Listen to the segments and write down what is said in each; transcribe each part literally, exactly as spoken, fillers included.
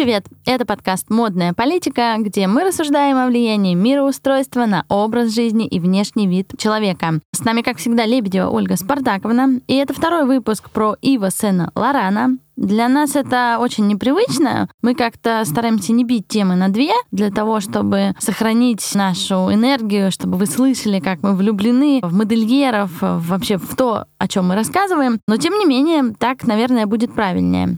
привет! Это подкаст «Модная политика», где мы рассуждаем о влиянии мироустройства на образ жизни и внешний вид человека. С нами, как всегда, Лебедева Ольга Спартаковна. И это второй выпуск про Ива Сена-Лорана. Для нас это очень непривычно. Мы как-то стараемся не бить темы на две, для того, чтобы сохранить нашу энергию, чтобы вы слышали, как мы влюблены в модельеров, вообще в то, о чем мы рассказываем. Но, тем не менее, так, наверное, будет правильнее.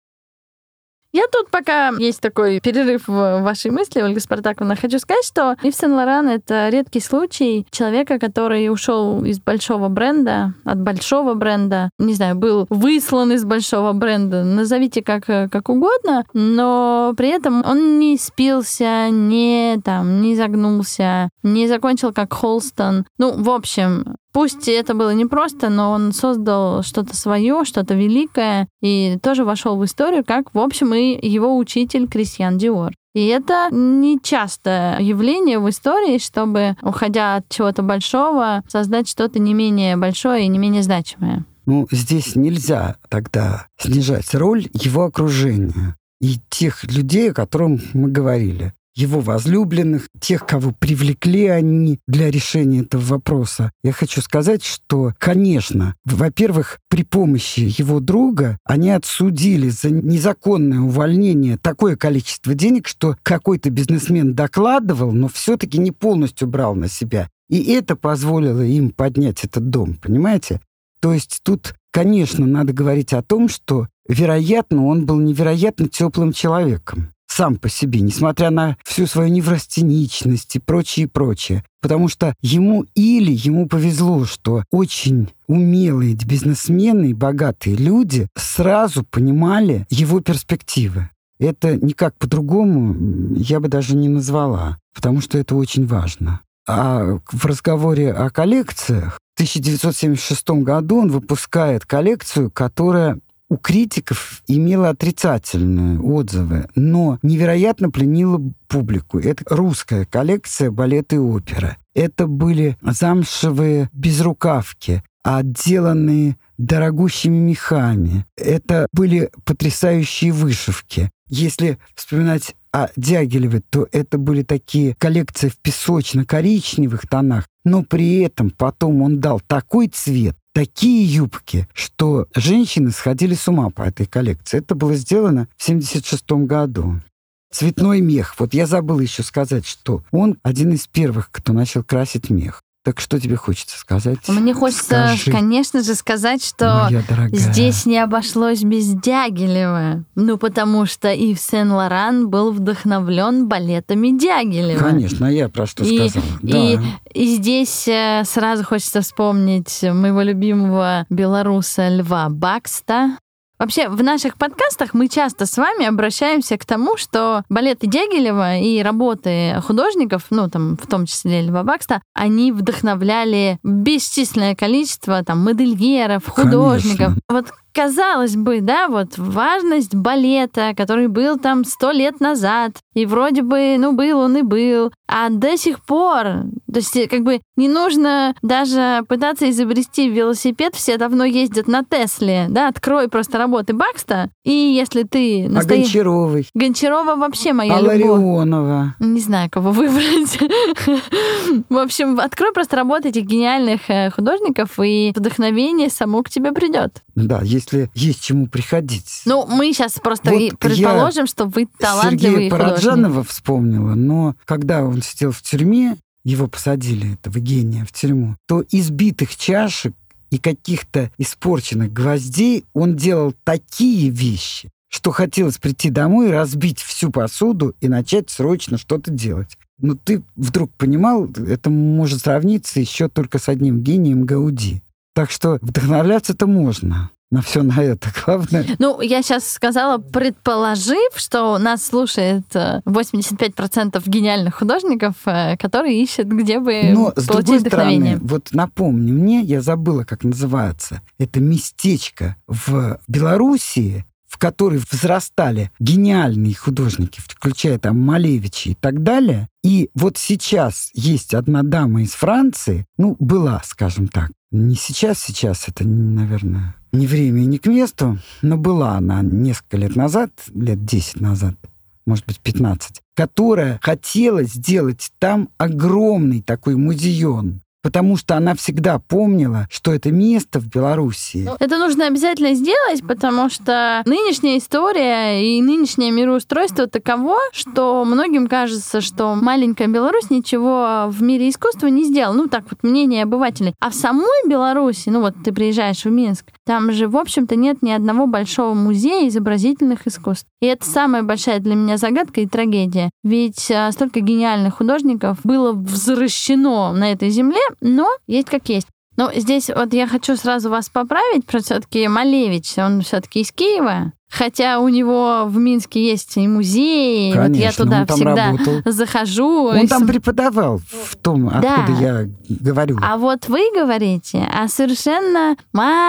Я тут, пока есть такой перерыв в вашей мысли, Ольга Спартаковна, хочу сказать, что Ив Сен-Лоран — это редкий случай человека, который ушел из большого бренда, от большого бренда, не знаю, был выслан из большого бренда, назовите как, как угодно, но при этом он не спился, не, там, не загнулся, не закончил как Холстон. Ну, в общем, пусть это было непросто, но он создал что-то свое, что-то великое, и тоже вошел в историю как, в общем, и его учитель Кристиан Диор. И это нечастое явление в истории, чтобы, уходя от чего-то большого, создать что-то не менее большое и не менее значимое. Ну, здесь нельзя тогда снижать роль его окружения и тех людей, о которых мы говорили. Его возлюбленных, тех, кого привлекли они для решения этого вопроса. Я хочу сказать, что, конечно, во-первых, при помощи его друга они отсудили за незаконное увольнение такое количество денег, что какой-то бизнесмен докладывал, но все-таки не полностью брал на себя. И это позволило им поднять этот дом, понимаете? То есть тут, конечно, надо говорить о том, что, вероятно, он был невероятно теплым человеком. Сам по себе, несмотря на всю свою неврастеничность и прочее, и прочее. Потому что ему или ему повезло, что очень умелые бизнесмены и богатые люди сразу понимали его перспективы. Это никак по-другому я бы даже не назвала, потому что это очень важно. А в разговоре о коллекциях, в тысяча девятьсот семьдесят шестом году он выпускает коллекцию, которая у критиков имела отрицательные отзывы, но невероятно пленила публику. Это русская коллекция балета и опера. Это были замшевые безрукавки, отделанные дорогущими мехами. Это были потрясающие вышивки. Если вспоминать о Дягилеве, то это были такие коллекции в песочно-коричневых тонах, но при этом потом он дал такой цвет, такие юбки, что женщины сходили с ума по этой коллекции. Это было сделано в семьдесят шестом году. Цветной мех. Вот я забыла еще сказать, что он один из первых, кто начал красить мех. Так что тебе хочется сказать? Мне хочется, Скажи, конечно же, сказать, что здесь не обошлось без Дягилева. Ну, потому что Ив Сен-Лоран был вдохновлен балетами Дягилева. Конечно, а я про что и, сказала. И, да. и здесь сразу хочется вспомнить моего любимого белоруса Льва Бакста. Вообще, в наших подкастах мы часто с вами обращаемся к тому, что балеты Дягилева и работы художников, ну, там, в том числе Льва Бакста, они вдохновляли бесчисленное количество там модельеров, художников. Конечно. Вот казалось бы, да, вот важность балета, который был там сто лет назад, и вроде бы, ну, был он и был, а до сих пор, то есть как бы не нужно даже пытаться изобрести велосипед, все давно ездят на Тесле, да, открой просто работы Бакста, и если ты... Настоя... А Гончаровой? Гончарова вообще моя а любовь. Ларионова? Не знаю, кого выбрать. В общем, открой просто работы этих гениальных художников, и вдохновение само к тебе придет. Да, если есть чему приходить. Ну, мы сейчас просто вот предположим, что вы талантливый художник. Сергея Параджанова вспомнила, но когда он сидел в тюрьме, его посадили, этого гения, в тюрьму, то избитых чашек и каких-то испорченных гвоздей он делал такие вещи, что хотелось прийти домой, разбить всю посуду и начать срочно что-то делать. Но ты вдруг понимал, это может сравниться еще только с одним гением Гауди. Так что вдохновляться-то можно. На все на это главное. Ну, я сейчас сказала, предположив, что нас слушает восемьдесят пять процентов гениальных художников, которые ищут, где бы Но, получить вдохновение. Стороны, вот напомни мне, я забыла, как называется, это местечко в Белоруссии, в которой взрастали гениальные художники, включая там Малевича и так далее. И вот сейчас есть одна дама из Франции, ну, была, скажем так, не сейчас, сейчас это, наверное, не время и не к месту, но была она несколько лет назад, лет десять назад. может быть, пятнадцать, которая хотела сделать там огромный такой музеон, потому что она всегда помнила, что это место в Белоруссии. Это нужно обязательно сделать, потому что нынешняя история и нынешнее мироустройство таково, что многим кажется, что маленькая Беларусь ничего в мире искусства не сделала. Ну, так вот, мнение обывателей. А в самой Беларуси, ну вот ты приезжаешь в Минск, там же, в общем-то, нет ни одного большого музея изобразительных искусств. И это самая большая для меня загадка и трагедия. Ведь а, столько гениальных художников было взращено на этой земле, но есть как есть. Но здесь вот я хочу сразу вас поправить, потому что все-таки Малевич, он все-таки из Киева. Хотя у него в Минске есть и музей, Конечно, вот я туда он там всегда работал. захожу. Он и там см... преподавал в том, Да. откуда я говорю. А вот вы говорите о совершенно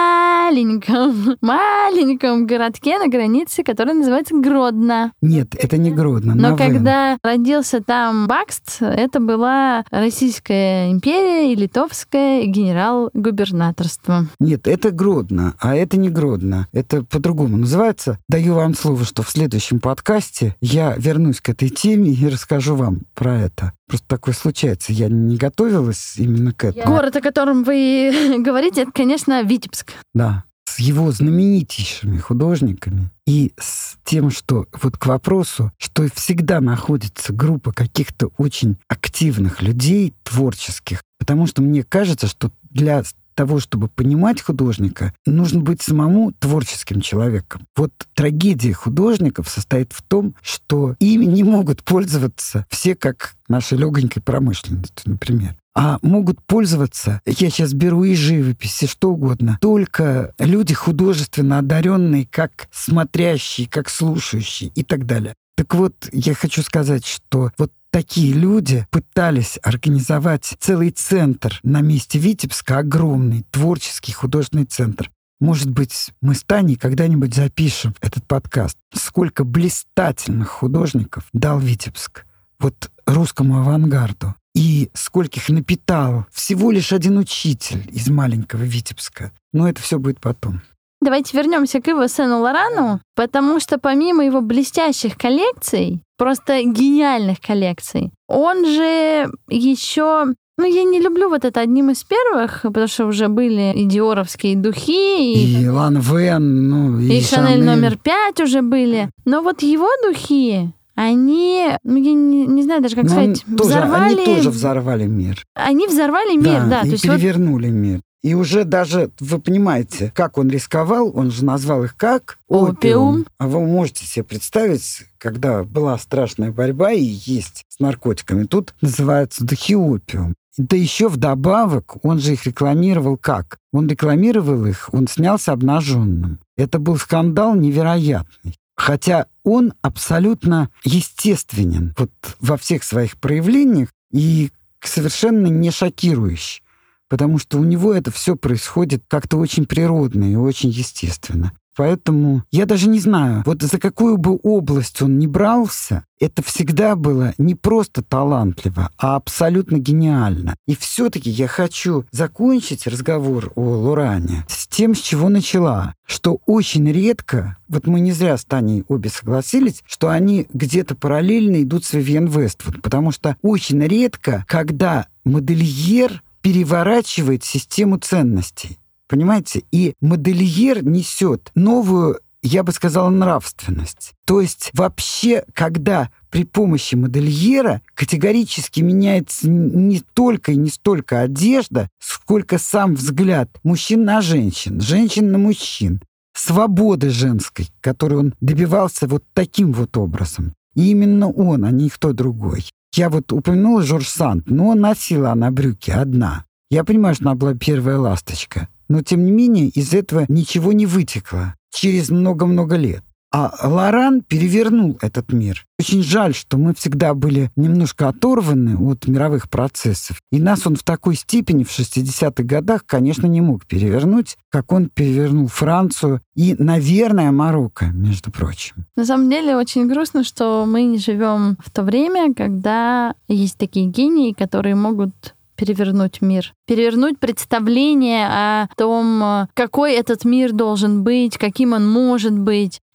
маленьком, маленьком городке на границе, который называется Гродно. Нет, это не Гродно. Но на Вен. когда родился там Бакст, это была Российская империя и Литовское генерал-губернаторство. Нет, это Гродно, а это не Гродно. Это по-другому называется. Даю вам слово, что в следующем подкасте я вернусь к этой теме и расскажу вам про это. Просто такое случается. Я не готовилась именно к этому. Город, о котором вы говорите, это, конечно, Витебск. Да. С его знаменитейшими художниками и с тем, что вот к вопросу, что всегда находится группа каких-то очень активных людей, творческих, потому что мне кажется, что для того, чтобы понимать художника, нужно быть самому творческим человеком. Вот трагедия художников состоит в том, что ими не могут пользоваться все, как нашей легонькой промышленностью, например. А могут пользоваться, я сейчас беру и живопись, и что угодно, только люди художественно одаренные, как смотрящие, как слушающие и так далее. Так вот, я хочу сказать, что вот такие люди пытались организовать целый центр на месте Витебска, огромный творческий художественный центр. Может быть, мы с Таней когда-нибудь запишем этот подкаст. Сколько блистательных художников дал Витебск вот русскому авангарду. И скольких напитал всего лишь один учитель из маленького Витебска. Но это все будет потом. Давайте вернемся к Иву Сен-Лорану, потому что помимо его блестящих коллекций, просто гениальных коллекций, он же еще... Ну, я не люблю вот это одним из первых, потому что уже были и диоровские духи, и... И Лан Вен, ну, и, и Шанель номер пять уже были. Но вот его духи, они, ну, я не, не знаю даже, как Но сказать, тоже, взорвали... Они тоже взорвали мир. Они взорвали мир, да. Да, и то есть перевернули вот... мир. И уже даже, вы понимаете, как он рисковал, он же назвал их как? Опиум. Опиум. А вы можете себе представить, когда была страшная борьба и есть с наркотиками, тут называются духи опиум. Да еще вдобавок он же их рекламировал как? Он рекламировал их, он снялся обнаженным. Это был скандал невероятный. Хотя он абсолютно естественен вот во всех своих проявлениях и совершенно не шокирующий. Потому что у него это все происходит как-то очень природно и очень естественно. Поэтому я даже не знаю, вот за какую бы область он ни брался, это всегда было не просто талантливо, а абсолютно гениально. И все-таки я хочу закончить разговор о Лоране с тем, с чего начала, что очень редко, вот мы не зря с Таней обе согласились, что они где-то параллельно идут с Вивьен Вествуд, потому что очень редко, когда модельер переворачивает систему ценностей. Понимаете? И модельер несет новую, я бы сказала, нравственность. То есть вообще, когда при помощи модельера категорически меняется не только и не столько одежда, сколько сам взгляд мужчин на женщин, женщин на мужчин, свободы женской, которой он добивался вот таким вот образом. И именно он, а не никто другой. Я вот упомянула Жорж Санд, но носила она брюки одна. Я понимаю, что она была первая ласточка. Но, тем не менее, из этого ничего не вытекло через много-много лет. А Лоран перевернул этот мир. Очень жаль, что мы всегда были немножко оторваны от мировых процессов. И нас он в такой степени в шестидесятых годах, конечно, не мог перевернуть, как он перевернул Францию и, наверное, Марокко, между прочим. На самом деле очень грустно, что мы не живем в то время, когда есть такие гении, которые могут перевернуть мир. Перевернуть представление о том, какой этот мир должен быть, каким он может быть.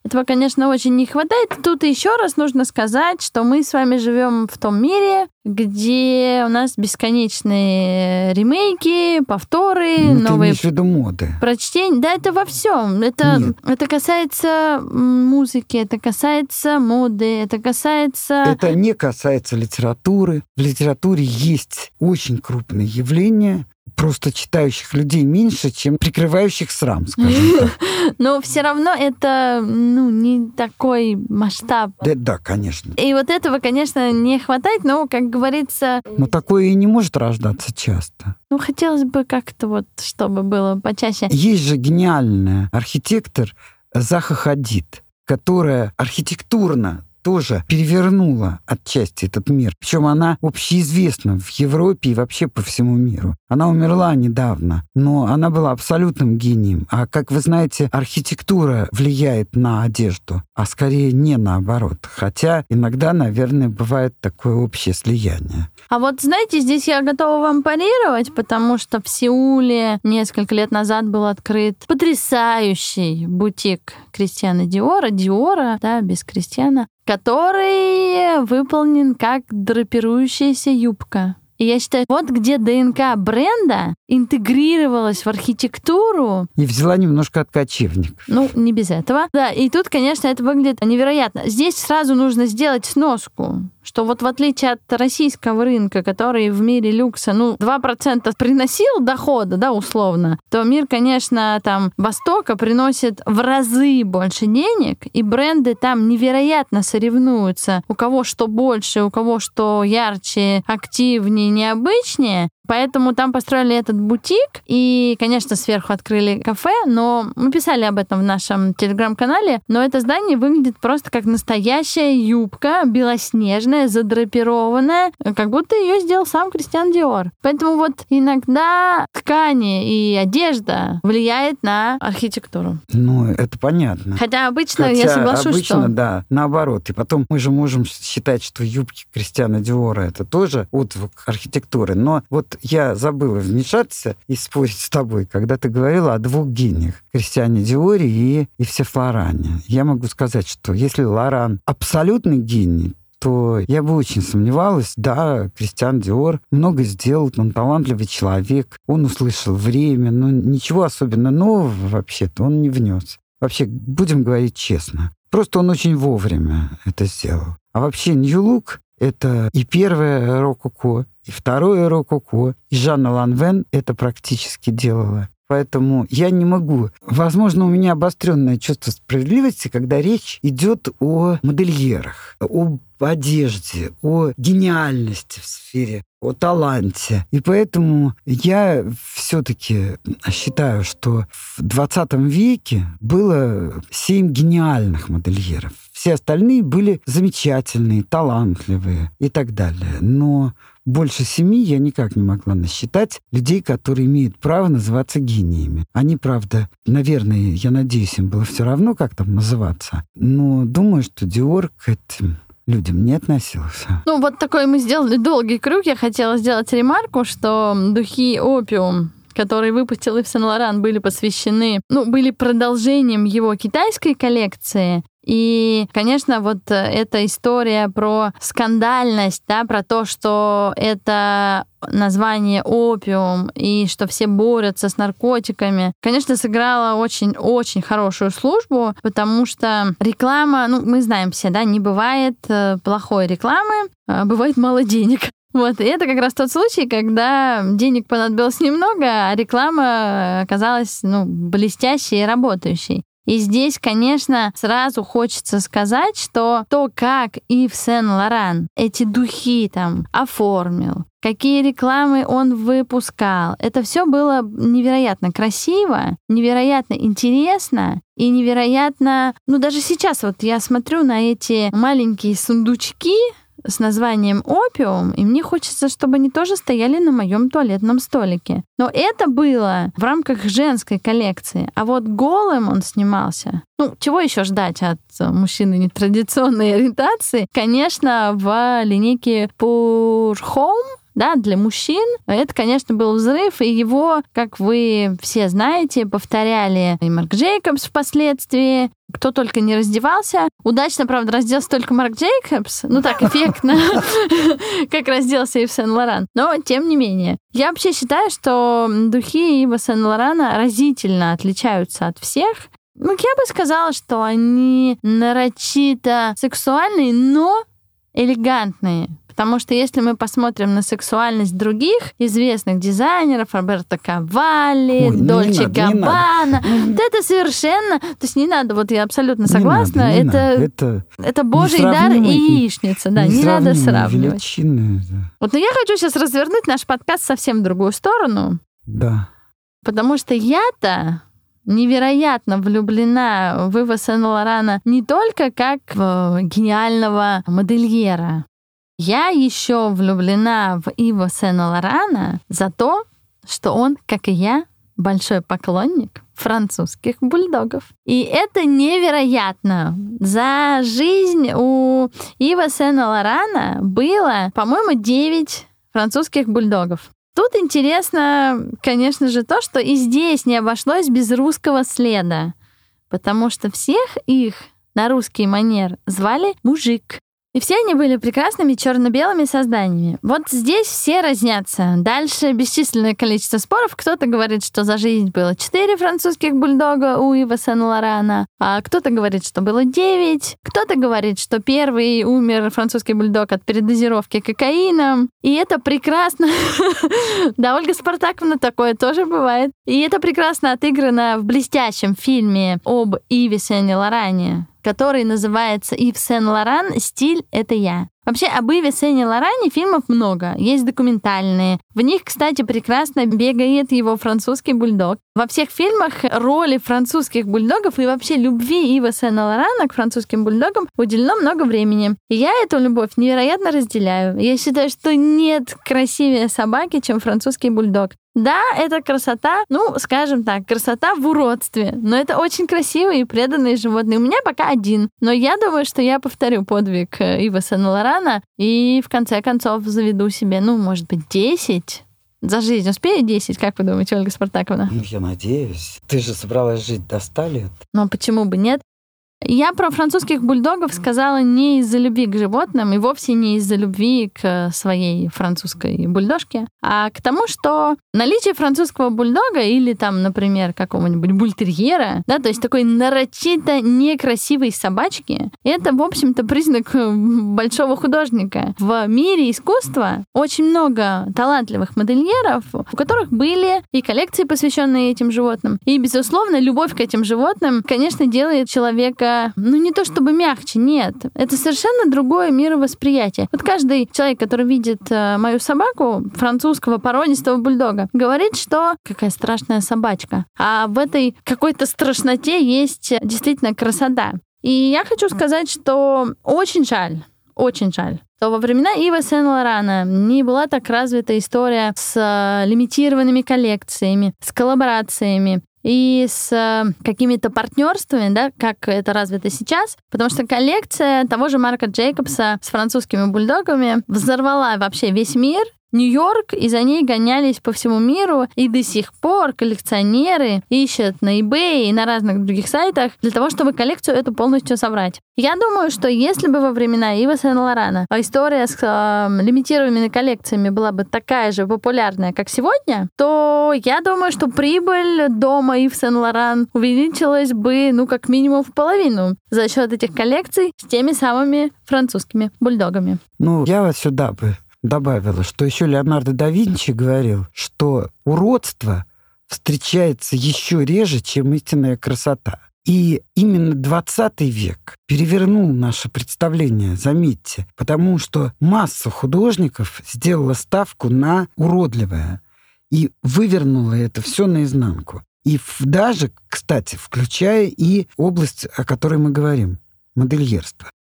Этого, конечно, очень не хватает. Тут еще раз нужно сказать, что мы с вами живем в том мире, где у нас бесконечные ремейки, повторы, ну, новые... Ты имеешь в виду моды. Прочтение. Да, это во всем. Это, это касается музыки, это касается моды, это касается... Это не касается литературы. В литературе есть очень крупные явления, просто читающих людей меньше, чем прикрывающих срам, скажем так. Но все равно это ну, не такой масштаб. Да, да, конечно. И вот этого, конечно, не хватает, но, как говорится... Но такое и не может рождаться часто. Ну, хотелось бы как-то вот, чтобы было почаще. Есть же гениальная архитектор Заха Хадид, которая архитектурно тоже перевернула отчасти этот мир. Причем она общеизвестна в Европе и вообще по всему миру. Она умерла недавно, но она была абсолютным гением. А как вы знаете, архитектура влияет на одежду, а скорее не наоборот. Хотя иногда, наверное, бывает такое общее слияние. А вот, знаете, здесь я готова вам парировать, потому что в Сеуле несколько лет назад был открыт потрясающий бутик Кристиана Диора, Диора, да, без Кристиана, который выполнен как драпирующаяся юбка. И я считаю, вот где ДНК бренда интегрировалась в архитектуру. И взяла немножко от кочевников. Ну, не без этого. Да, и тут, конечно, это выглядит невероятно. Здесь сразу нужно сделать сноску, что вот в отличие от российского рынка, который в мире люкса, ну, два процента приносил дохода, да, условно, то мир, конечно, там, Востока приносит в разы больше денег, и бренды там невероятно соревнуются. У кого что больше, у кого что ярче, активнее, необычнее. Поэтому там построили этот бутик, и, конечно, сверху открыли кафе, но мы писали об этом в нашем телеграм-канале, но это здание выглядит просто как настоящая юбка, белоснежная, задрапированная, как будто ее сделал сам Кристиан Диор. Поэтому вот иногда ткани и одежда влияет на архитектуру. Ну, это понятно. Хотя обычно, Хотя я соглашусь, обычно, что... да, наоборот. И потом мы же можем считать, что юбки Кристиана Диора — это тоже отзвук архитектуры, но вот я забыла вмешаться и спорить с тобой, когда ты говорила о двух гениях — Кристиане Диоре и Ивсе Лоране. Я могу сказать, что если Лоран абсолютный гений, то я бы очень сомневалась. Да, Кристиан Диор много сделал, он талантливый человек, он услышал время, но ничего особенно нового вообще-то он не внес. Вообще, будем говорить честно, просто он очень вовремя это сделал. А вообще, Нью Лук — это и первое рококо, и второе рококо, и Жанна Ланвен это практически делала. Поэтому я не могу. Возможно, у меня обостренное чувство справедливости, когда речь идет о модельерах, об одежде, о гениальности в сфере, о таланте. И поэтому я все-таки считаю, что в двадцатом веке было семь гениальных модельеров. Все остальные были замечательные, талантливые и так далее. Но больше семи я никак не могла насчитать людей, которые имеют право называться гениями. Они, правда, наверное, я надеюсь, им было все равно, как там называться. Но думаю, что Диор к этим людям не относился. Ну, вот такой мы сделали долгий круг. Я хотела сделать ремарку, что духи «Опиум», которые выпустил Ив Сен-Лоран, были посвящены, ну, были продолжением его китайской коллекции. И, конечно, вот эта история про скандальность, да, про то, что это название опиум и что все борются с наркотиками, конечно, сыграла очень-очень хорошую службу, потому что реклама, ну, мы знаем все, да, не бывает плохой рекламы, а бывает мало денег. Вот, и это как раз тот случай, когда денег понадобилось немного, а реклама оказалась, ну, блестящей и работающей. И здесь, конечно, сразу хочется сказать, что то, как Ив Сен-Лоран эти духи там оформил, какие рекламы он выпускал, это все было невероятно красиво, невероятно интересно и невероятно... Ну, даже сейчас вот я смотрю на эти маленькие сундучки с названием «Опиум», и мне хочется, чтобы они тоже стояли на моем туалетном столике. Но это было в рамках женской коллекции. А вот голым он снимался. Ну, чего еще ждать от мужчины нетрадиционной ориентации? Конечно, в линейке Pour Homme, Да, для мужчин это, конечно, был взрыв, и его, как вы все знаете, повторяли и Марк Джейкобс впоследствии. Кто только не раздевался. Удачно, правда, разделся только Марк Джейкобс. Ну так, эффектно, как разделся Ив Сен-Лоран. Но, тем не менее. Я вообще считаю, что духи Ива Сен-Лорана разительно отличаются от всех. Ну, я бы сказала, что они нарочито сексуальные, но элегантные. Потому что если мы посмотрим на сексуальность других известных дизайнеров, Роберто Кавалли, Дольче Габбана, вот это совершенно... То есть не надо, вот я абсолютно согласна, не надо, не это, надо. это, это божий дар и яичница. Да, не надо сравнивать. Величины, да. Вот, но я хочу сейчас развернуть наш подкаст совсем в другую сторону. Да. Потому что я-то невероятно влюблена в Ива Сен-Лорана не только как в гениального модельера. Я еще влюблена в Ива Сен-Лорана за то, что он, как и я, большой поклонник французских бульдогов. И это невероятно. За жизнь у Ива Сен-Лорана было, по-моему, девять французских бульдогов. Тут интересно, конечно же, то, что и здесь не обошлось без русского следа, потому что всех их на русский манер звали мужик. И все они были прекрасными черно-белыми созданиями. Вот здесь все разнятся. Дальше бесчисленное количество споров. Кто-то говорит, что за жизнь было четыре французских бульдога у Ива Сен-Лорана, а кто-то говорит, что было девять. Кто-то говорит, что первый умер французский бульдог от передозировки кокаином. И это прекрасно. Да, Ольга Спартаковна, такое тоже бывает. И это прекрасно отыграно в блестящем фильме об Иве Сен-Лоране, который называется «Ив Сен-Лоран. Стиль — это я». Вообще, об Иве Сен-Лоране фильмов много. Есть документальные. В них, кстати, прекрасно бегает его французский бульдог. Во всех фильмах роли французских бульдогов и вообще любви Ива Сен-Лорана к французским бульдогам уделено много времени. И я эту любовь невероятно разделяю. Я считаю, что нет красивее собаки, чем французский бульдог. Да, это красота, ну, скажем так, красота в уродстве. Но это очень красивые и преданные животные. У меня пока один. Но я думаю, что я повторю подвиг Ива Сен-Лорана и в конце концов заведу себе, ну, может быть, десять. За жизнь успею десять, как вы думаете, Ольга Спартаковна? Ну, я надеюсь. Ты же собралась жить до ста лет. Ну, почему бы нет? Я про французских бульдогов сказала не из-за любви к животным и вовсе не из-за любви к своей французской бульдожке, а к тому, что наличие французского бульдога или там, например, какого-нибудь бультерьера, да, то есть такой нарочито некрасивой собачки, это, в общем-то, признак большого художника. В мире искусства очень много талантливых модельеров, у которых были и коллекции, посвященные этим животным. И, безусловно, любовь к этим животным, конечно, делает человека ну, не то чтобы мягче, нет. Это совершенно другое мировосприятие. Вот каждый человек, который видит э, мою собаку, французского породистого бульдога, говорит, что какая страшная собачка. А в этой какой-то страшноте есть действительно красота. И я хочу сказать, что очень жаль, очень жаль, что во времена Ива Сен-Лорана не была так развита история с э, лимитированными коллекциями, с коллаборациями и с какими-то партнерствами, да, как это развито сейчас, потому что коллекция того же Марка Джейкобса с французскими бульдогами взорвала вообще весь мир, Нью-Йорк, и за ней гонялись по всему миру, и до сих пор коллекционеры ищут на eBay и на разных других сайтах для того, чтобы коллекцию эту полностью собрать. Я думаю, что если бы во времена Ива Сен-Лорана история с э, лимитированными коллекциями была бы такая же популярная, как сегодня, то я думаю, что прибыль дома Ив Сен-Лоран увеличилась бы, ну, как минимум в половину за счет этих коллекций с теми самыми французскими бульдогами. Ну, я вот сюда бы добавила, что еще Леонардо да Винчи говорил, что уродство встречается еще реже, чем истинная красота. И именно двадцатый век перевернул наше представление, заметьте, потому что масса художников сделала ставку на уродливое и вывернула это все наизнанку. И даже, кстати, включая и область, о которой мы говорим, модельерство.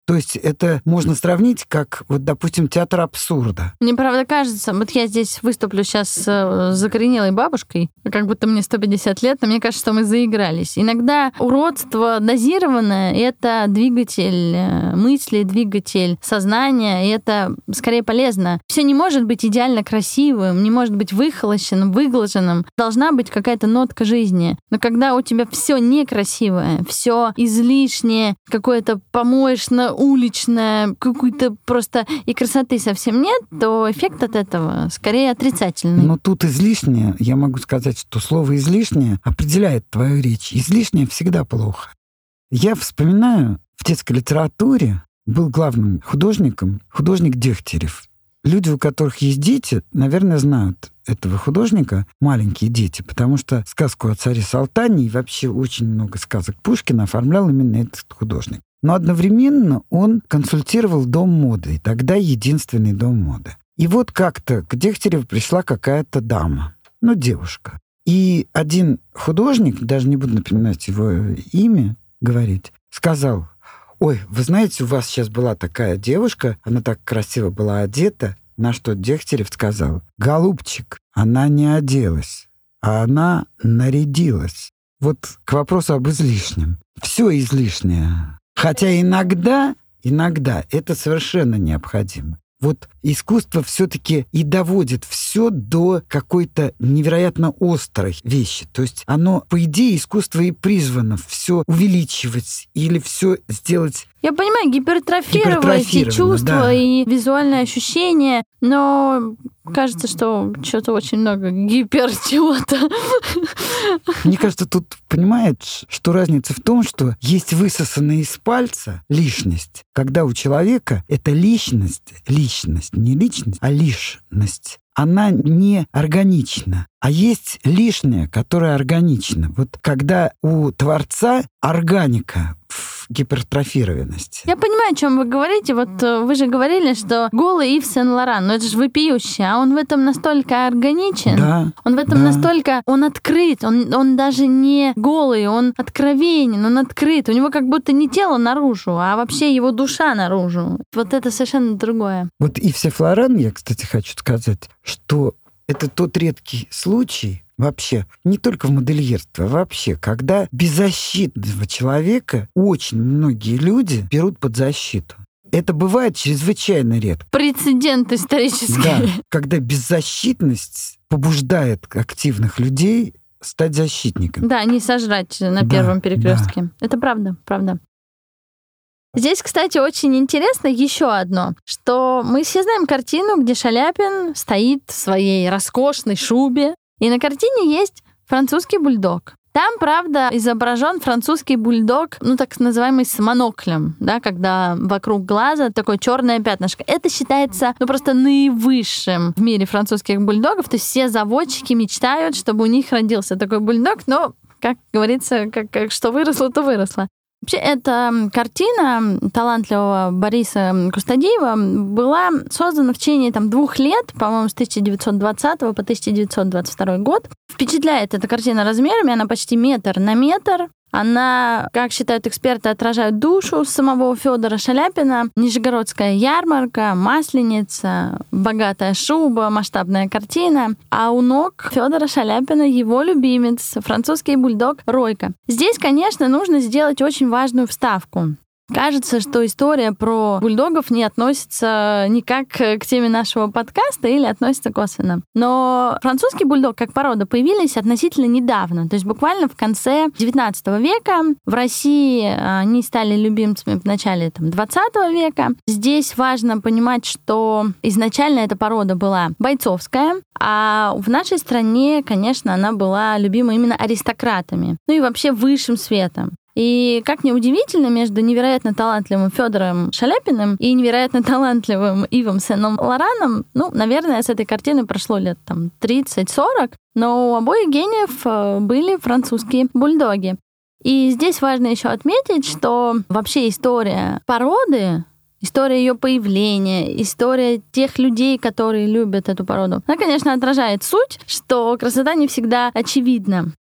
То есть это можно сравнить как, вот, допустим, театр абсурда. Мне правда кажется, вот я здесь выступлю сейчас с закоренелой бабушкой, как будто мне сто пятьдесят лет, но мне кажется, что мы заигрались. Иногда уродство дозированное — это двигатель мысли, двигатель сознания, и это скорее полезно. Все не может быть идеально красивым, не может быть выхолощенным, выглаженным. Должна быть какая-то нотка жизни. Но когда у тебя все некрасивое, все излишнее, какое-то помоечно-уличное, какой-то просто и красоты совсем нет, то эффект от этого скорее отрицательный. Но тут излишнее, я могу сказать, что слово «излишнее» определяет твою речь. Излишнее всегда плохо. Я вспоминаю, в детской литературе был главным художником художник Дегтярев. Люди, у которых есть дети, наверное, знают этого художника, маленькие дети, потому что сказку о царе Салтане и вообще очень много сказок Пушкина оформлял именно этот художник. Но одновременно он консультировал дом моды, и тогда единственный дом моды. И вот как-то к Дегтяреву пришла какая-то дама, ну, девушка. И один художник, даже не буду напоминать его имя, говорить, сказал: «Ой, вы знаете, у вас сейчас была такая девушка, она так красиво была одета», на что Дегтярев сказал: «Голубчик, она не оделась, а она нарядилась». Вот к вопросу об излишнем. Все излишнее. Хотя иногда, иногда это совершенно необходимо. Вот искусство все-таки и доводит все до какой-то невероятно острой вещи. То есть оно, по идее, искусство и призвано все увеличивать или все сделать. Я понимаю, гипертрофировать и чувства, да, и визуальное ощущение, но кажется, что что-то очень много гипер чего-то. Мне кажется, тут понимаешь, что разница в том, что есть высосанная из пальца личность, когда у человека эта личность, личность, не личность, а личность, она не органична. А есть лишнее, которое органично. Вот когда у Творца органика в гипертрофированности. Я понимаю, о чем вы говорите. Вот вы же говорили, что голый Ив Сен-Лоран, ну это же вопиюще, а он в этом настолько органичен, да, он в этом да. настолько, он открыт, он, он даже не голый, он откровенен, он открыт. У него как будто не тело наружу, а вообще его душа наружу. Вот это совершенно другое. Вот Ив Сен-Лоран, я, кстати, хочу сказать, что это тот редкий случай вообще, не только в модельерстве, а вообще, когда беззащитного человека очень многие люди берут под защиту. Это бывает чрезвычайно редко. Прецедент исторический. Да, когда беззащитность побуждает активных людей стать защитником. Да, не сожрать на да, первом перекрестке. Да. Это правда, правда. Здесь, кстати, очень интересно еще одно, что мы все знаем картину, где Шаляпин стоит в своей роскошной шубе, и на картине есть французский бульдог. Там, правда, изображен французский бульдог, ну, так называемый с моноклем, да, когда вокруг глаза такое черное пятнышко. Это считается, ну, просто наивысшим в мире французских бульдогов. То есть все заводчики мечтают, чтобы у них родился такой бульдог, но, как говорится, как, как что выросло, то выросло. Вообще, эта картина талантливого Бориса Кустодиева была создана в течение там, двух лет, по-моему, с тысяча девятьсот двадцатого по тысяча девятьсот двадцать второй год. Впечатляет эта картина размерами, она почти метр на метр. Она, как считают эксперты, отражает душу самого Федора Шаляпина. Нижегородская ярмарка, масленица, богатая шуба, масштабная картина. А у ног Федора Шаляпина его любимец, французский бульдог Ройка. Здесь, конечно, нужно сделать очень важную вставку. Кажется, что история про бульдогов не относится никак к теме нашего подкаста или относится косвенно. Но французский бульдог как порода появились относительно недавно. То есть буквально в конце девятнадцатого века. В России они стали любимцами в начале там, двадцатого века. Здесь важно понимать, что изначально эта порода была бойцовская, а в нашей стране, конечно, она была любима именно аристократами. Ну и вообще высшим светом. И, как ни удивительно, между невероятно талантливым Федором Шаляпиным и невероятно талантливым Ивом Сен-Лораном, ну, наверное, с этой картины прошло лет там тридцать-сорок, но у обоих гениев были французские бульдоги. И здесь важно еще отметить, что вообще история породы, история ее появления, история тех людей, которые любят эту породу, она, конечно, отражает суть, что красота не всегда очевидна.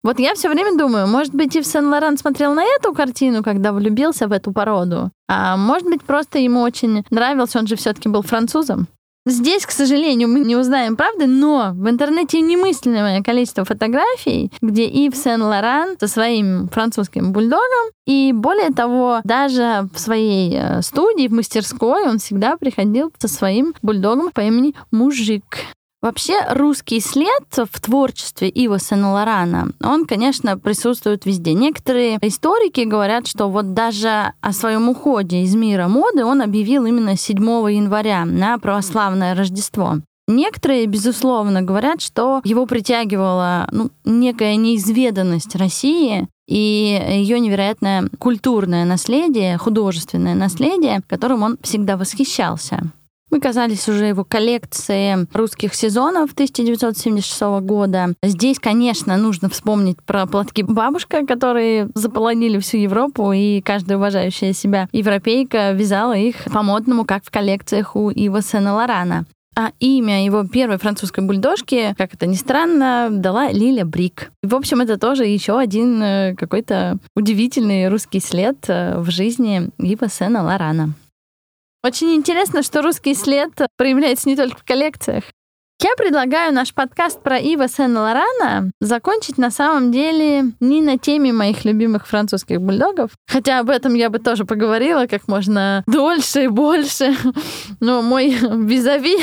Вот я все время думаю, может быть, Ив Сен-Лоран смотрел на эту картину, когда влюбился в эту породу, а может быть, просто ему очень нравился, он же все-таки был французом. Здесь, к сожалению, мы не узнаем правды, но в интернете немыслимое количество фотографий, где Ив Сен-Лоран со своим французским бульдогом, и более того, даже в своей студии, в мастерской он всегда приходил со своим бульдогом по имени Мужик. Вообще, русский след в творчестве Ива Сен-Лорана, он, конечно, присутствует везде. Некоторые историки говорят, что вот даже о своем уходе из мира моды он объявил именно седьмого января на православное Рождество. Некоторые, безусловно, говорят, что его притягивала ну, некая неизведанность России и ее невероятное культурное наследие, художественное наследие, которым он всегда восхищался. Мы касались уже его коллекции русских сезонов тысяча девятьсот семьдесят шестого года. Здесь, конечно, нужно вспомнить про платки «Бабушка», которые заполонили всю Европу, и каждая уважающая себя европейка вязала их по-модному, как в коллекциях у Ива Сен-Лорана. А имя его первой французской бульдожки, как это ни странно, дала Лиля Брик. В общем, это тоже еще один какой-то удивительный русский след в жизни Ива Сен-Лорана. Очень интересно, что русский след проявляется не только в коллекциях. Я предлагаю наш подкаст про Ива Сен-Лорана закончить на самом деле не на теме моих любимых французских бульдогов, хотя об этом я бы тоже поговорила как можно дольше и больше, но мой визави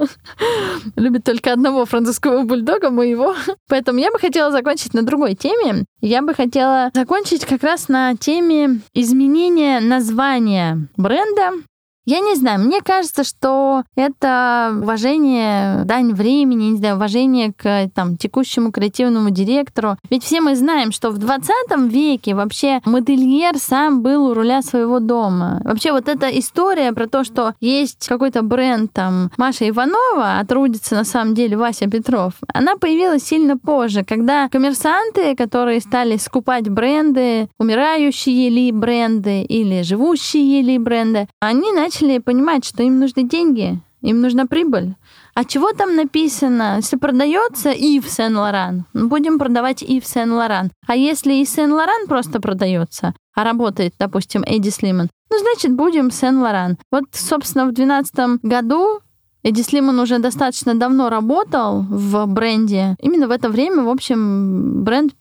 любит только одного французского бульдога, моего, поэтому я бы хотела закончить на другой теме. Я бы хотела закончить как раз на теме изменения названия бренда. Я не знаю, мне кажется, что это уважение, дань времени, не знаю, уважение к там, текущему креативному директору. Ведь все мы знаем, что в двадцатом веке вообще модельер сам был у руля своего дома. Вообще вот эта история про то, что есть какой-то бренд, там, Маша Иванова, а трудится на самом деле Вася Петров, она появилась сильно позже, когда коммерсанты, которые стали скупать бренды, умирающие ли бренды или живущие ли бренды, они начали Начали понимать, что им нужны деньги, им нужна прибыль. А чего там написано? Если продается Ив Сен-Лоран, будем продавать Ив Сен-Лоран. А если и Сен-Лоран просто продается, а работает, допустим, Эдди Слиман, ну, значит, будем Сен-Лоран. Вот, собственно, в двенадцатом году Эдди Слиман уже достаточно давно работал в бренде. Именно в это время, в общем, бренд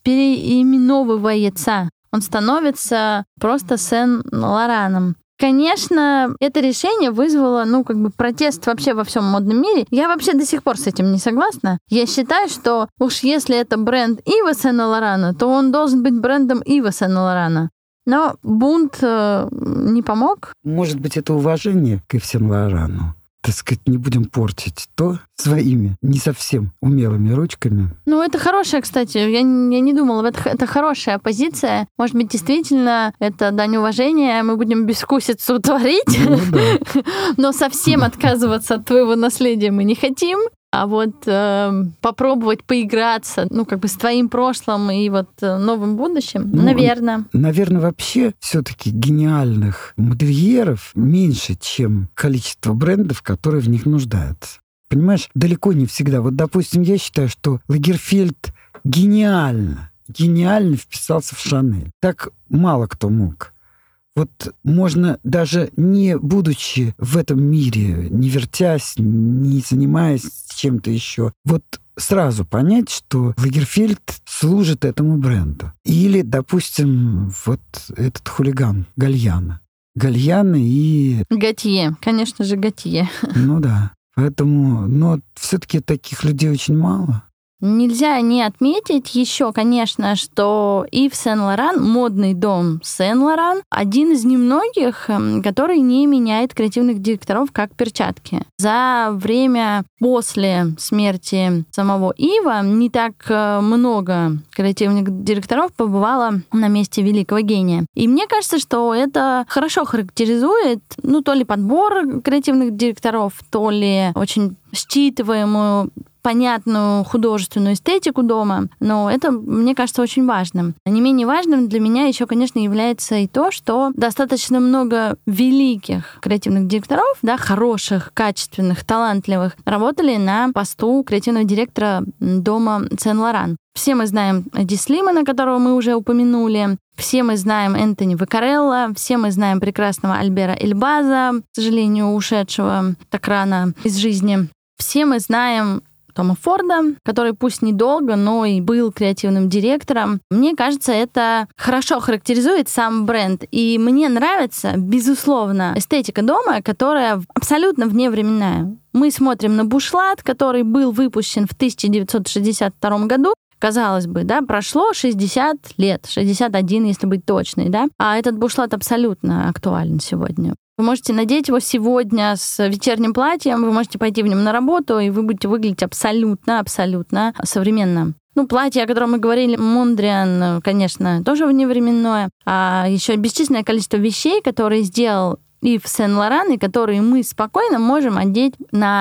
переименовывается. Он становится просто Сен-Лораном. Конечно, это решение вызвало, ну, как бы протест вообще во всем модном мире. Я вообще до сих пор с этим не согласна. Я считаю, что уж если это бренд Ива Сен-Лорана, то он должен быть брендом Ива Сен-Лорана. Но бунт э, не помог. Может быть, это уважение к Ив Сен-Лорану. Так сказать, не будем портить то своими не совсем умелыми ручками. Ну, это хорошая, кстати. Я, я не думала, это, это хорошая позиция. Может быть, действительно, это дань уважения. Мы будем безвкусицу творить. Ну, да. Но совсем отказываться от твоего наследия мы не хотим. А вот э, попробовать поиграться, ну, как бы с твоим прошлым и вот новым будущим, ну, наверное. Наверное, вообще все-таки гениальных модельеров меньше, чем количество брендов, которые в них нуждаются. Понимаешь, далеко не всегда. Вот, допустим, я считаю, что Лагерфельд гениально, гениально вписался в Шанель. Так мало кто мог. Вот можно даже не будучи в этом мире, не вертясь, не занимаясь чем-то еще, вот сразу понять, что Лагерфельд служит этому бренду. Или, допустим, вот этот хулиган Гальяно. Гальяно и... Готье, конечно же, Готье. Ну да. Поэтому, но все-таки таких людей очень мало. Нельзя не отметить еще, конечно, что Ив Сен-Лоран, модный дом Сен-Лоран, один из немногих, который не меняет креативных директоров как перчатки. За время после смерти самого Ива не так много креативных директоров побывало на месте великого гения. И мне кажется, что это хорошо характеризует, ну, то ли подбор креативных директоров, то ли очень считываемую понятную художественную эстетику дома, но это, мне кажется, очень важным. Не менее важным для меня еще, конечно, является и то, что достаточно много великих креативных директоров, да, хороших, качественных, талантливых, работали на посту креативного директора дома Сен-Лоран. Все мы знаем Эдди Слимана, которого мы уже упомянули. Все мы знаем Энтони Вакарелло. Все мы знаем прекрасного Альбера Эльбаза, к сожалению, ушедшего так рано из жизни. Все мы знаем Тома Форда, который пусть недолго, но и был креативным директором. Мне кажется, это хорошо характеризует сам бренд. И мне нравится, безусловно, эстетика дома, которая абсолютно вневременная. Мы смотрим на бушлат, который был выпущен в тысяча девятьсот шестьдесят втором году. Казалось бы, да, прошло шестьдесят лет, шестьдесят один, если быть точной, да, а этот бушлат абсолютно актуален сегодня. Вы можете надеть его сегодня с вечерним платьем, вы можете пойти в нем на работу, и вы будете выглядеть абсолютно-абсолютно современно. Ну, платье, о котором мы говорили, Мондриан, конечно, тоже вневременное. А еще бесчисленное количество вещей, которые сделал Ив Сен-Лоран, и которые мы спокойно можем одеть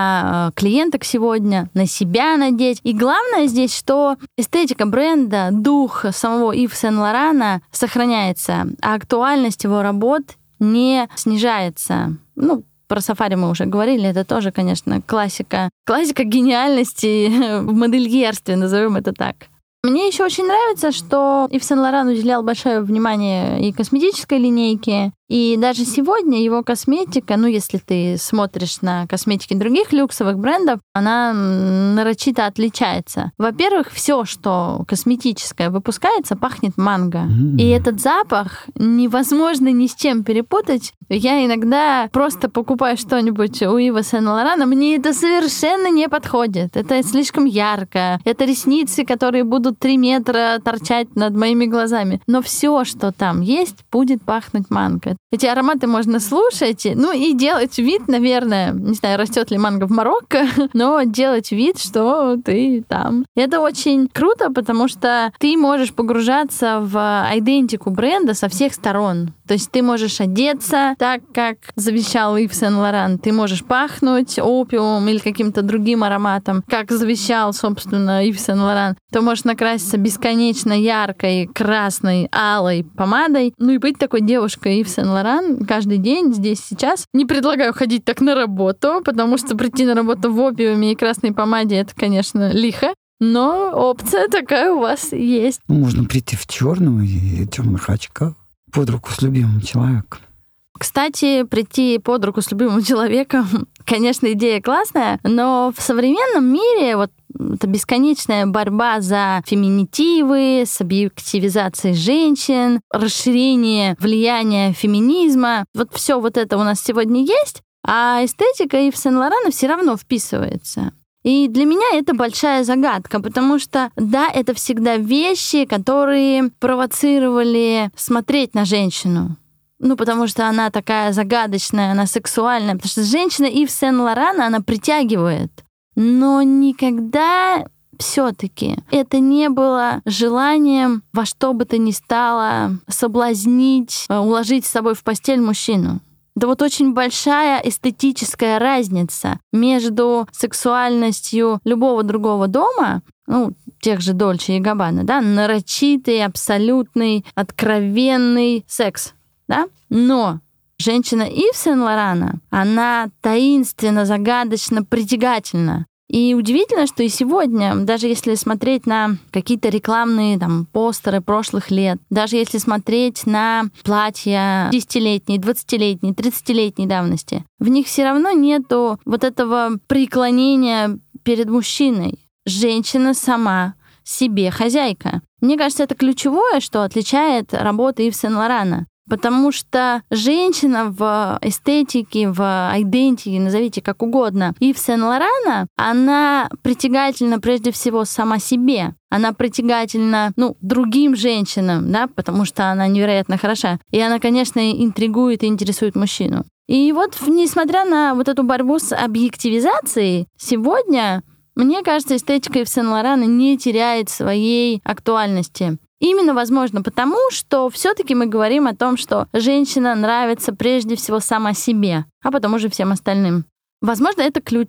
на клиенток сегодня, на себя надеть. И главное здесь, что эстетика бренда, дух самого Ив Сен-Лорана сохраняется, а актуальность его работ не снижается. Ну, про сафари мы уже говорили, это тоже, конечно, классика. Классика гениальности в модельерстве, назовем это так. Мне еще очень нравится, что Ив Сен-Лоран уделял большое внимание и косметической линейке, и даже сегодня его косметика, ну, если ты смотришь на косметики других люксовых брендов, она нарочито отличается. Во-первых, все, что косметическое выпускается, пахнет манго. Mm-hmm. И этот запах невозможно ни с чем перепутать. Я иногда просто покупаю что-нибудь у Ива Сен-Лорана, мне это совершенно не подходит. Это слишком ярко. Это ресницы, которые будут три метра торчать над моими глазами. Но все, что там есть, будет пахнуть манго. Эти ароматы можно слушать, ну и делать вид, наверное, не знаю, растет ли манго в Марокко, но делать вид, что ты там. Это очень круто, потому что ты можешь погружаться в идентику бренда со всех сторон. То есть ты можешь одеться так, как завещал Ив Сен-Лоран. Ты можешь пахнуть опиумом или каким-то другим ароматом, как завещал, собственно, Ив Сен-Лоран. Ты можешь накраситься бесконечно яркой, красной, алой помадой. Ну и быть такой девушкой Ив Сен-Лоран каждый день, здесь, сейчас. Не предлагаю ходить так на работу, потому что прийти на работу в опиуме и красной помаде — это, конечно, лихо. Но опция такая у вас есть. Можно прийти в черном и темных очках под руку с любимым человеком. Кстати, прийти под руку с любимым человеком, конечно, идея классная, но в современном мире вот эта бесконечная борьба за феминитивы, с объективизацией женщин, расширение влияния феминизма, вот все вот это у нас сегодня есть, а эстетика Ив Сен-Лорана все равно вписывается. И для меня это большая загадка, потому что, да, это всегда вещи, которые провоцировали смотреть на женщину. Ну, потому что она такая загадочная, она сексуальная. Потому что женщина Ив Сен-Лорана, она притягивает. Но никогда все-таки это не было желанием во что бы то ни стало соблазнить, уложить с собой в постель мужчину. Это вот очень большая эстетическая разница между сексуальностью любого другого дома, ну, тех же Дольче и Габбана, да, нарочитый, абсолютный, откровенный секс, да, но женщина Ив Сен-Лорана, она таинственно, загадочно, притягательна. И удивительно, что и сегодня, даже если смотреть на какие-то рекламные там постеры прошлых лет, даже если смотреть на платья десятилетней, двадцатилетней, тридцатилетней давности, в них все равно нету вот этого преклонения перед мужчиной. Женщина сама себе хозяйка. Мне кажется, это ключевое, что отличает работу Ив Сен-Лорана. Потому что женщина в эстетике, в айдентике, назовите как угодно, Ив Сен-Лорана, она притягательна прежде всего сама себе. Она притягательна, ну, другим женщинам, да, потому что она невероятно хороша. И она, конечно, интригует и интересует мужчину. И вот, несмотря на вот эту борьбу с объективизацией, сегодня, мне кажется, эстетика Ив Сен-Лорана не теряет своей актуальности. Именно, возможно, потому, что все-таки мы говорим о том, что женщина нравится прежде всего сама себе, а потом уже всем остальным. Возможно, это ключ.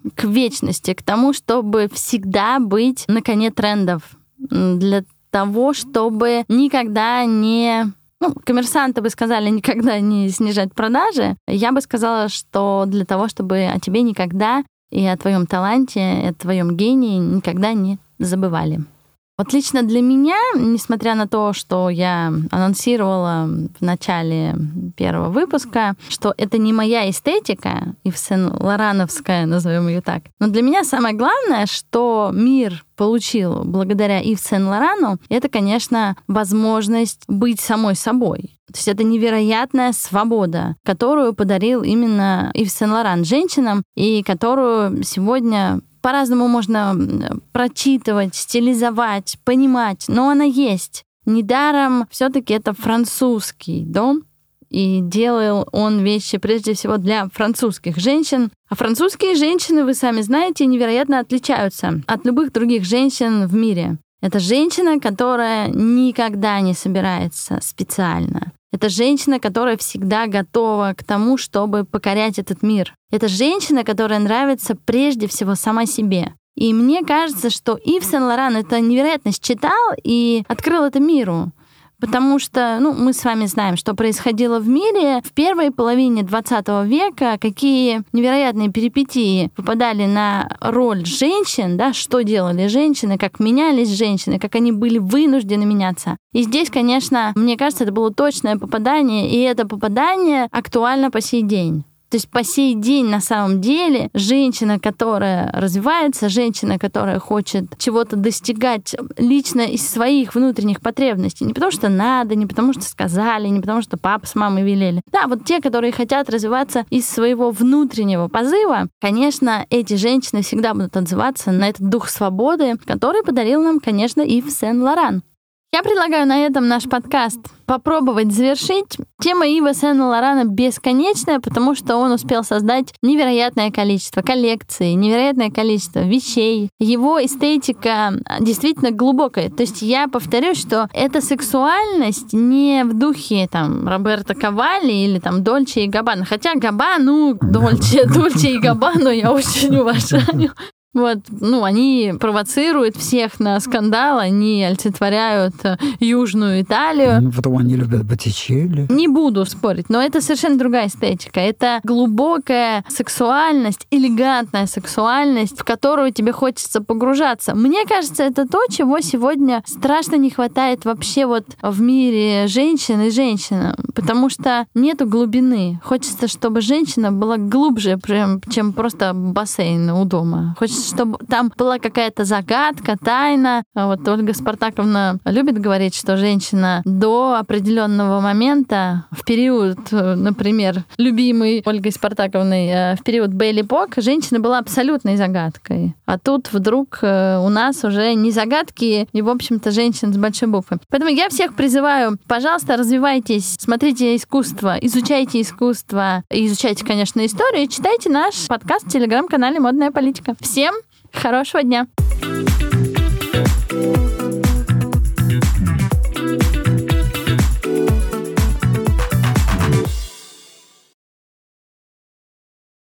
к вечности, к тому, чтобы всегда быть на коне трендов, для того, чтобы никогда не... Ну, коммерсанты бы сказали, никогда не снижать продажи. Я бы сказала, что для того, чтобы о тебе никогда и о твоем таланте, и о твоем гении никогда не забывали. Вот лично для меня, несмотря на то, что я анонсировала в начале первого выпуска, что это не моя эстетика, Ив Сен-Лорановская, назовем ее так, но для меня самое главное, что мир получил благодаря Ив Сен-Лорану, это, конечно, возможность быть самой собой. То есть это невероятная свобода, которую подарил именно Ив Сен-Лоран женщинам, и которую сегодня по-разному можно прочитывать, стилизовать, понимать, но она есть. Недаром все-таки это французский дом, и делал он вещи прежде всего для французских женщин. А французские женщины, вы сами знаете, невероятно отличаются от любых других женщин в мире. Это женщина, которая никогда не собирается специально. Это женщина, которая всегда готова к тому, чтобы покорять этот мир. Это женщина, которая нравится прежде всего сама себе. И мне кажется, что Ив Сен-Лоран это невероятно считал и открыл это миру. Потому что ну, мы с вами знаем, что происходило в мире в первой половине двадцатого века, какие невероятные перипетии выпадали на роль женщин, да, что делали женщины, как менялись женщины, как они были вынуждены меняться. И здесь, конечно, мне кажется, это было точное попадание, и это попадание актуально по сей день. То есть по сей день на самом деле женщина, которая развивается, женщина, которая хочет чего-то достигать лично из своих внутренних потребностей, не потому что надо, не потому что сказали, не потому что папа с мамой велели. Да, вот те, которые хотят развиваться из своего внутреннего позыва, конечно, эти женщины всегда будут отзываться на этот дух свободы, который подарил нам, конечно, Ив Сен-Лоран. Я предлагаю на этом наш подкаст попробовать завершить. Тема Ива Сен-Лорана бесконечная, потому что он успел создать невероятное количество коллекций, невероятное количество вещей. Его эстетика действительно глубокая. То есть я повторюсь, что эта сексуальность не в духе там Роберто Кавалли или там Дольче и Габбана. Хотя Габбану, Дольче, Дольче и Габбану я очень уважаю. Вот, ну, они провоцируют всех на скандал, они олицетворяют Южную Италию. Ну, потом они любят Боттичелли. Не буду спорить, но это совершенно другая эстетика. Это глубокая сексуальность, элегантная сексуальность, в которую тебе хочется погружаться. Мне кажется, это то, чего сегодня страшно не хватает вообще вот в мире женщин и женщин, потому что нету глубины. Хочется, чтобы женщина была глубже, чем просто бассейн у дома. Хочется, чтобы там была какая-то загадка, тайна. Вот Ольга Спартаковна любит говорить, что женщина до определенного момента, в период, например, любимый Ольгой Спартаковной, в период Бейли-Пок, женщина была абсолютной загадкой. А тут вдруг у нас уже не загадки, и, в общем-то, женщин с большой буквы. Поэтому я всех призываю, пожалуйста, развивайтесь, смотрите искусство, изучайте искусство, изучайте, конечно, историю, и читайте наш подкаст в телеграм-канале «Модная политика». Всем хорошего дня!